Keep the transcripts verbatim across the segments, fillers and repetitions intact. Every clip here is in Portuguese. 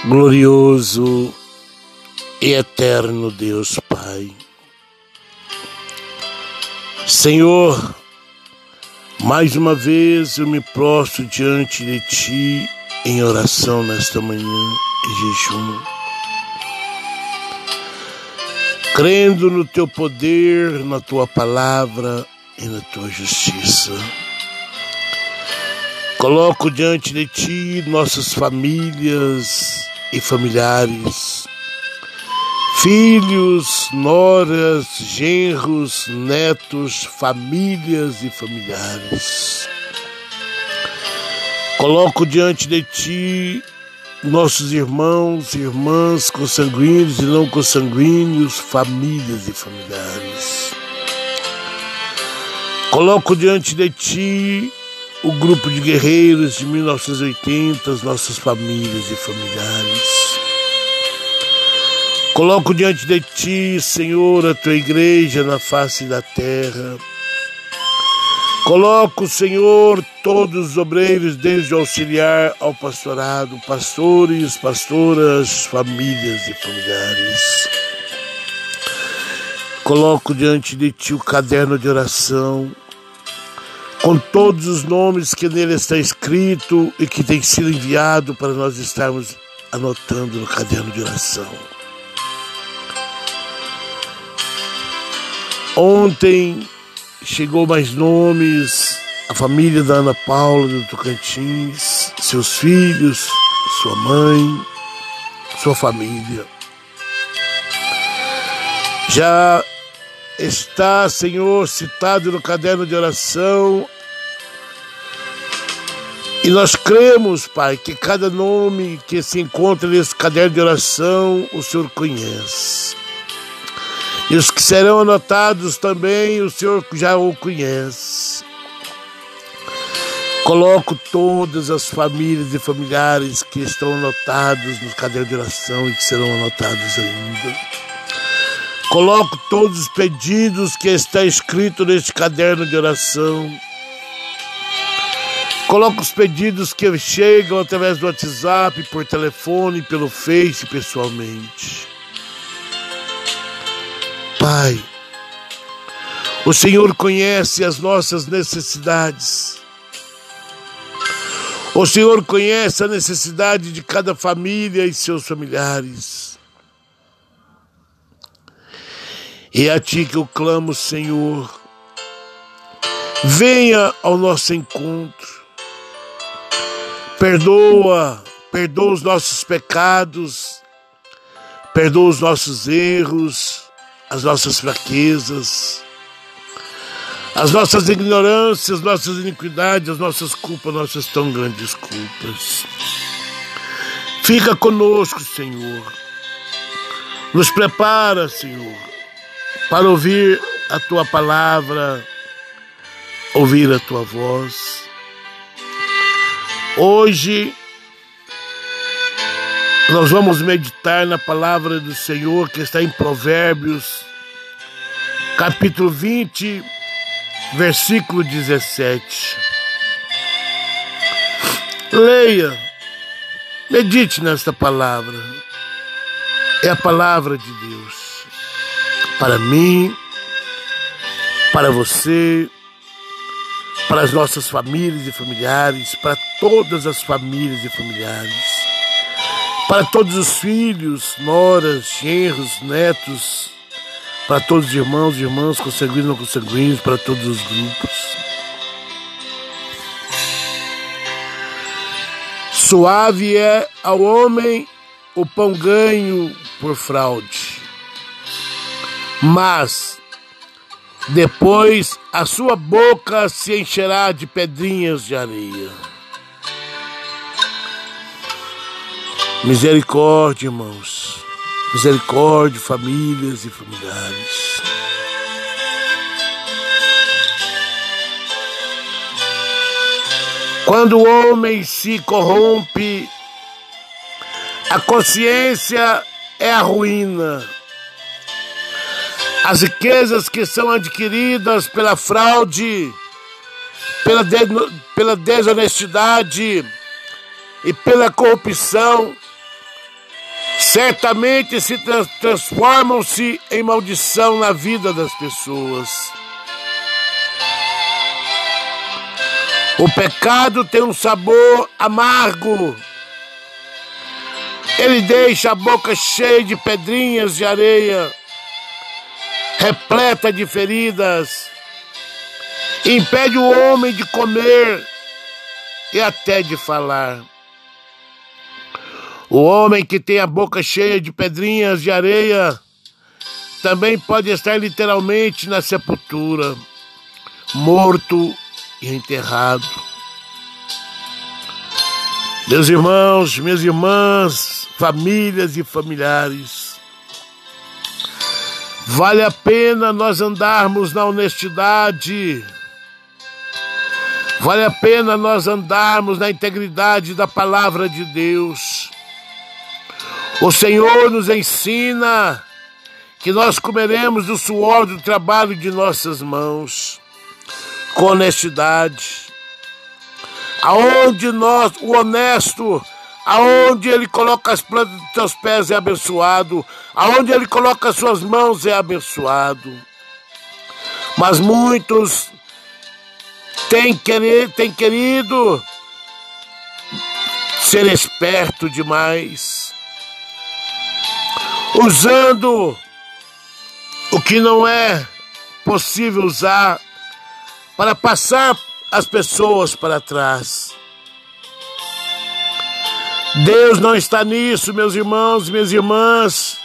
Glorioso e eterno Deus Pai, Senhor, mais uma vez eu me prostro diante de Ti em oração nesta manhã e jejum, crendo no Teu poder, na Tua palavra e na Tua justiça. Coloco diante de Ti nossas famílias e familiares, filhos, noras, genros, netos, famílias e familiares. Coloco diante de Ti nossos irmãos e irmãs consanguíneos e não consanguíneos, famílias e familiares. Coloco diante de Ti o grupo de guerreiros de mil novecentos e oitenta, as nossas famílias e familiares. Coloco diante de Ti, Senhor, a Tua igreja na face da terra. Coloco, Senhor, todos os obreiros, desde o auxiliar ao pastorado, pastores, pastoras, famílias e familiares. Coloco diante de Ti o caderno de oração, com todos os nomes que nele está escrito e que tem sido enviado para nós estarmos anotando no caderno de oração. Ontem chegou mais nomes, a família da Ana Paula do Tocantins, seus filhos, sua mãe, sua família. Já está, Senhor, citado no caderno de oração. E nós cremos, Pai, que cada nome que se encontra nesse caderno de oração, o Senhor conhece. E os que serão anotados também, o Senhor já o conhece. Coloco todas as famílias e familiares que estão anotados no caderno de oração e que serão anotados ainda. Coloco todos os pedidos que está escrito neste caderno de oração. Coloco os pedidos que chegam através do WhatsApp, por telefone, pelo Face, pessoalmente. Pai, o Senhor conhece as nossas necessidades. O Senhor conhece a necessidade de cada família e seus familiares. E é a Ti que eu clamo, Senhor. Venha ao nosso encontro. Perdoa, perdoa os nossos pecados, perdoa os nossos erros, as nossas fraquezas, as nossas ignorâncias, nossas iniquidades, as nossas culpas, nossas tão grandes culpas. Fica conosco, Senhor. Nos prepara, Senhor, para ouvir a Tua palavra, ouvir a Tua voz. Hoje nós vamos meditar na palavra do Senhor que está em Provérbios, capítulo vinte, versículo dezessete. Leia, medite nesta palavra. É a palavra de Deus para mim, para você, para as nossas famílias e familiares, para todas as famílias e familiares, para todos os filhos, noras, genros, netos, para todos os irmãos e irmãs, consanguíneos e não consanguíneos, para todos os grupos. Suave é ao homem o pão ganho por fraude, mas depois a sua boca se encherá de pedrinhas de areia. Misericórdia, irmãos. Misericórdia, famílias e familiares. Quando o homem se corrompe, a consciência é a ruína. As riquezas que são adquiridas pela fraude, pela, de, pela desonestidade e pela corrupção certamente se trans transformam-se em maldição na vida das pessoas. O pecado tem um sabor amargo. Ele deixa a boca cheia de pedrinhas de areia, repleta de feridas, impede o homem de comer e até de falar. O homem que tem a boca cheia de pedrinhas de areia também pode estar literalmente na sepultura, morto e enterrado. Meus irmãos, minhas irmãs, famílias e familiares, vale a pena nós andarmos na honestidade, vale a pena nós andarmos na integridade da palavra de Deus. O Senhor nos ensina que nós comeremos do suor do trabalho de nossas mãos, com honestidade. Aonde nós, o honesto, aonde ele coloca as plantas dos teus pés é abençoado, aonde ele coloca as suas mãos é abençoado. Mas muitos têm querido, têm querido ser esperto demais, usando o que não é possível usar para passar as pessoas para trás. Deus não está nisso, meus irmãos e minhas irmãs.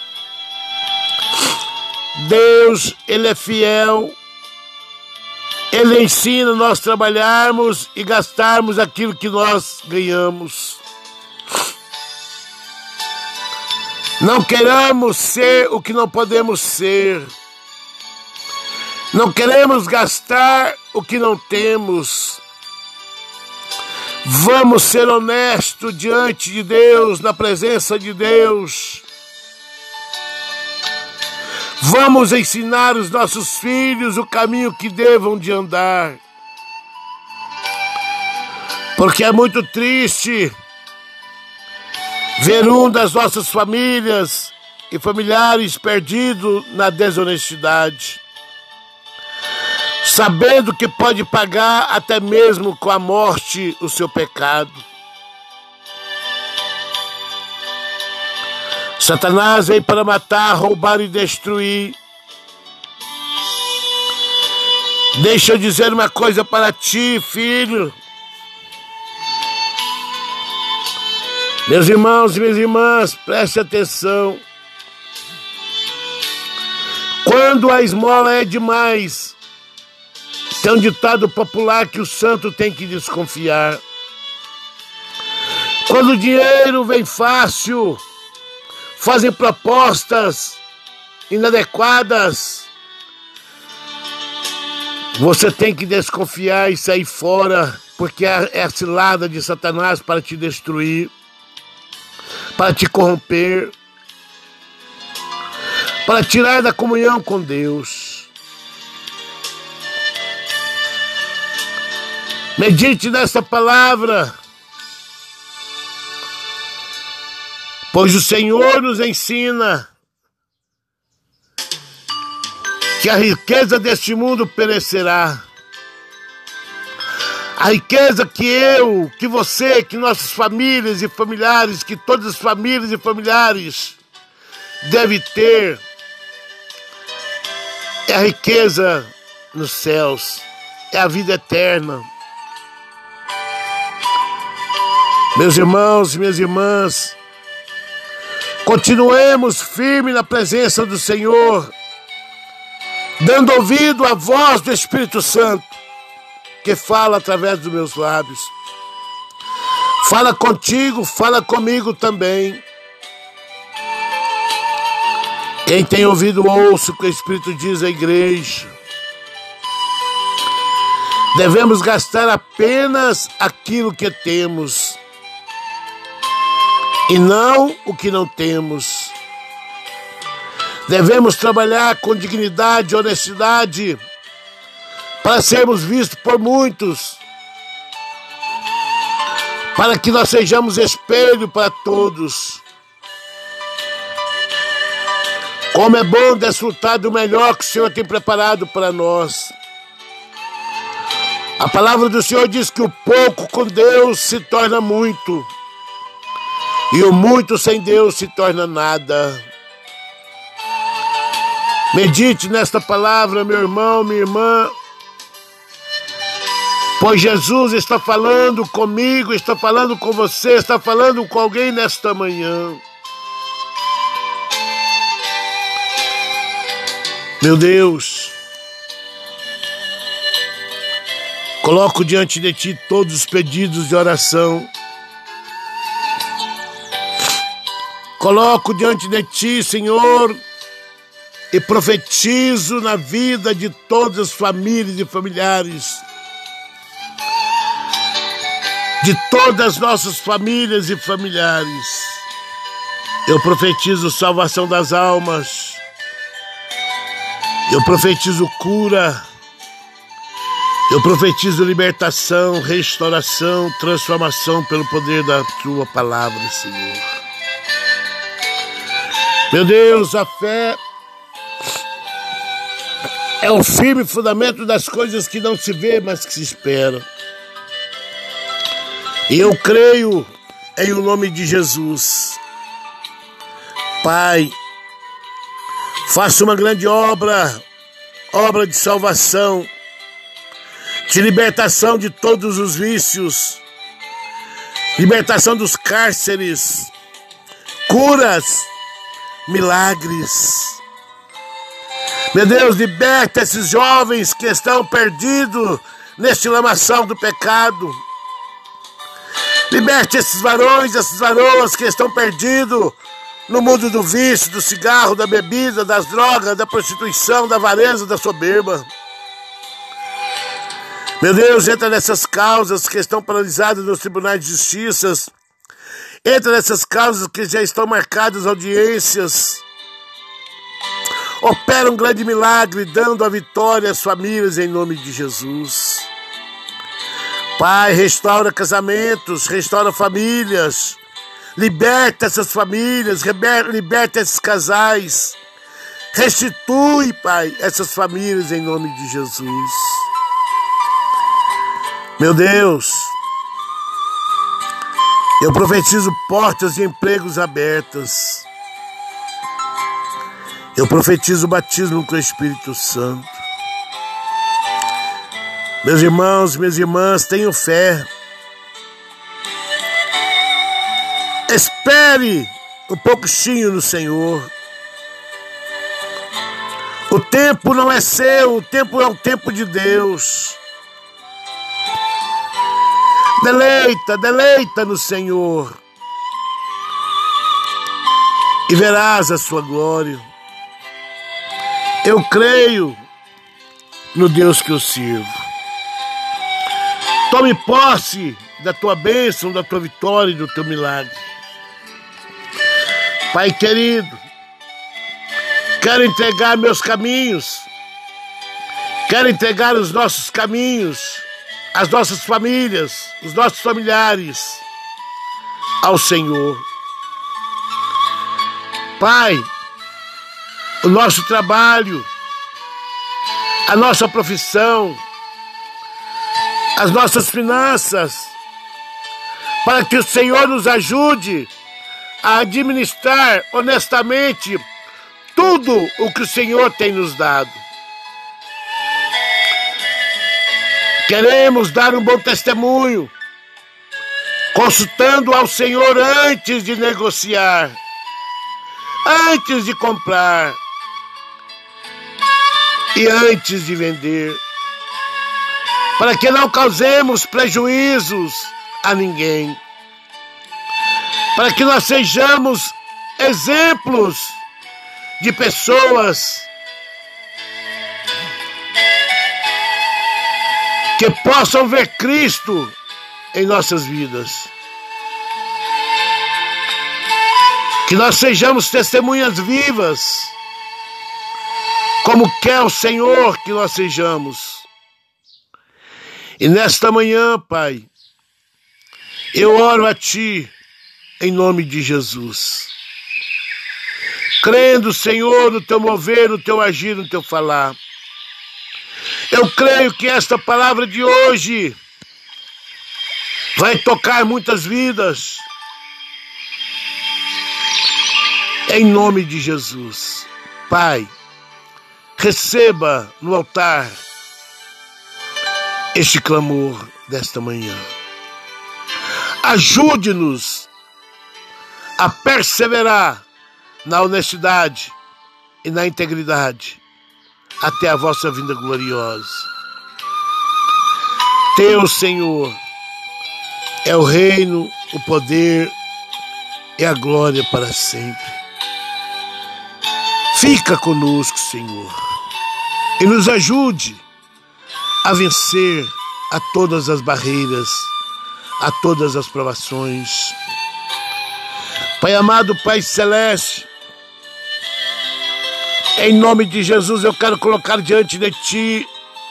Deus, Ele é fiel. Ele ensina nós trabalharmos e gastarmos aquilo que nós ganhamos. Não queremos ser o que não podemos ser. Não queremos gastar o que não temos. Vamos ser honestos diante de Deus, na presença de Deus. Vamos ensinar os nossos filhos o caminho que devam de andar. Porque é muito triste ver um das nossas famílias e familiares perdido na desonestidade, sabendo que pode pagar até mesmo com a morte o seu pecado. Satanás vem para matar, roubar e destruir. Deixa eu dizer uma coisa para ti, filho. Meus irmãos e minhas irmãs, preste atenção. Quando a esmola é demais, tem um ditado popular que o santo tem que desconfiar. Quando o dinheiro vem fácil, fazem propostas inadequadas, você tem que desconfiar e sair fora, porque é a cilada de Satanás para te destruir, para te corromper, para tirar da comunhão com Deus. Medite nessa palavra, pois o Senhor nos ensina que a riqueza deste mundo perecerá. A riqueza que eu, que você, que nossas famílias e familiares, que todas as famílias e familiares devem ter, é a riqueza nos céus, é a vida eterna. Meus irmãos e minhas irmãs, continuemos firmes na presença do Senhor, dando ouvido à voz do Espírito Santo, que fala através dos meus lábios. Fala contigo, fala comigo também. Quem tem ouvido, ouça o que o Espírito diz à igreja. Devemos gastar apenas aquilo que temos, e não o que não temos. Devemos trabalhar com dignidade e honestidade para sermos vistos por muitos, para que nós sejamos espelho para todos. Como é bom desfrutar do melhor que o Senhor tem preparado para nós. A palavra do Senhor diz que o pouco com Deus se torna muito, e o muito sem Deus se torna nada. Medite nesta palavra, meu irmão, minha irmã, pois Jesus está falando comigo, está falando com você, está falando com alguém nesta manhã. Meu Deus, coloco diante de Ti todos os pedidos de oração. Coloco diante de Ti, Senhor, e profetizo na vida de todas as famílias e familiares, de todas as nossas famílias e familiares. Eu profetizo salvação das almas. Eu profetizo cura. Eu profetizo libertação, restauração, transformação pelo poder da Tua palavra, Senhor. Meu Deus, a fé é o firme fundamento das coisas que não se vê, mas que se esperam. E eu creio em o nome de Jesus. Pai, faça uma grande obra, obra de salvação, de libertação de todos os vícios, libertação dos cárceres, curas, milagres. Meu Deus, liberta esses jovens que estão perdidos neste lamaçal do pecado. Liberte esses varões, essas varoas que estão perdidos no mundo do vício, do cigarro, da bebida, das drogas, da prostituição, da avareza, da soberba. Meu Deus, entra nessas causas que estão paralisadas nos tribunais de justiça. Entra nessas causas que já estão marcadas audiências. Opera um grande milagre, dando a vitória às famílias em nome de Jesus. Pai, restaura casamentos, restaura famílias. Liberta essas famílias, liberta esses casais. Restitui, Pai, essas famílias em nome de Jesus. Meu Deus, eu profetizo portas de empregos abertas. Eu profetizo o batismo com o Espírito Santo. Meus irmãos, minhas irmãs, tenham fé. Espere um pouquinho no Senhor. O tempo não é seu, o tempo é o tempo de Deus. Deleita, deleita no Senhor, e verás a sua glória. Eu creio no Deus que eu sirvo. Tome posse da tua bênção, da tua vitória e do teu milagre. Pai querido, quero entregar meus caminhos, quero entregar os nossos caminhos, as nossas famílias, os nossos familiares ao Senhor. Pai, o nosso trabalho, a nossa profissão, as nossas finanças, para que o Senhor nos ajude a administrar honestamente tudo o que o Senhor tem nos dado. Queremos dar um bom testemunho, consultando ao Senhor antes de negociar, antes de comprar e antes de vender, para que não causemos prejuízos a ninguém, para que nós sejamos exemplos de pessoas que possam ver Cristo em nossas vidas. Que nós sejamos testemunhas vivas, como quer o Senhor que nós sejamos. E nesta manhã, Pai, eu oro a Ti em nome de Jesus. crendo, Senhor, no teu mover, no teu agir, no teu falar. Eu creio que esta palavra de hoje vai tocar muitas vidas. Em nome de Jesus. Pai, receba no altar este clamor desta manhã. Ajude-nos a perseverar na honestidade e na integridade até a vossa vinda gloriosa. Teu, Senhor, é o reino, o poder e a glória para sempre. Fica conosco, Senhor, e nos ajude a vencer a todas as barreiras, a todas as provações. Pai amado, Pai celeste, em nome de Jesus eu quero colocar diante de Ti,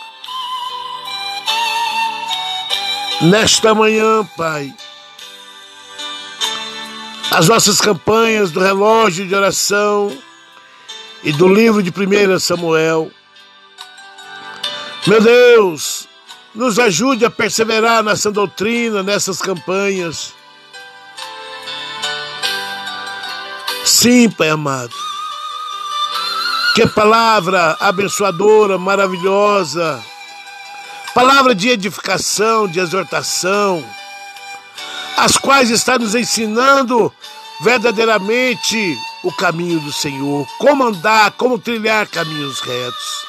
nesta manhã, Pai, as nossas campanhas do relógio de oração e do livro de primeiro Samuel. Meu Deus, nos ajude a perseverar nessa doutrina, nessas campanhas. Sim, Pai amado, que palavra abençoadora, maravilhosa, palavra de edificação, de exortação, as quais está nos ensinando verdadeiramente o caminho do Senhor, como andar, como trilhar caminhos retos.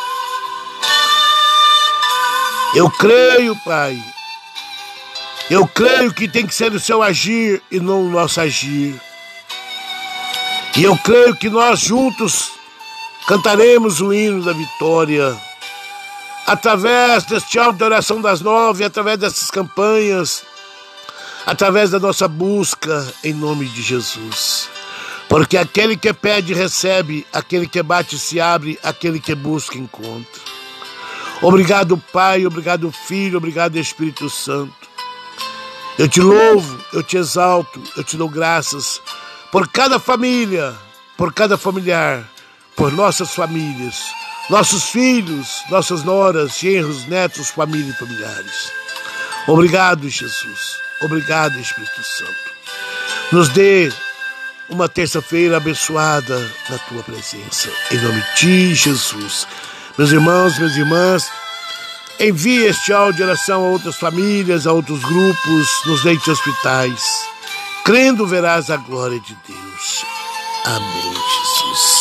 Eu creio, Pai, eu creio que tem que ser o seu agir e não o nosso agir. E eu creio que nós juntos cantaremos o hino da vitória, através deste áudio de oração das nove, através dessas campanhas, através da nossa busca em nome de Jesus. Porque aquele que pede, recebe, aquele que bate, se abre, aquele que busca, encontra. Obrigado, Pai, obrigado, Filho, obrigado, Espírito Santo. Eu te louvo, eu te exalto, eu te dou graças por cada família, por cada familiar, por nossas famílias, nossos filhos, nossas noras, genros, netos, família e familiares. Obrigado, Jesus. Obrigado, Espírito Santo. Nos dê uma terça-feira abençoada na Tua presença. Em nome de Ti, Jesus. Meus irmãos, minhas irmãs, envie este áudio de oração a outras famílias, a outros grupos, nos leitos de hospitais. Crendo verás a glória de Deus. Amém, Jesus.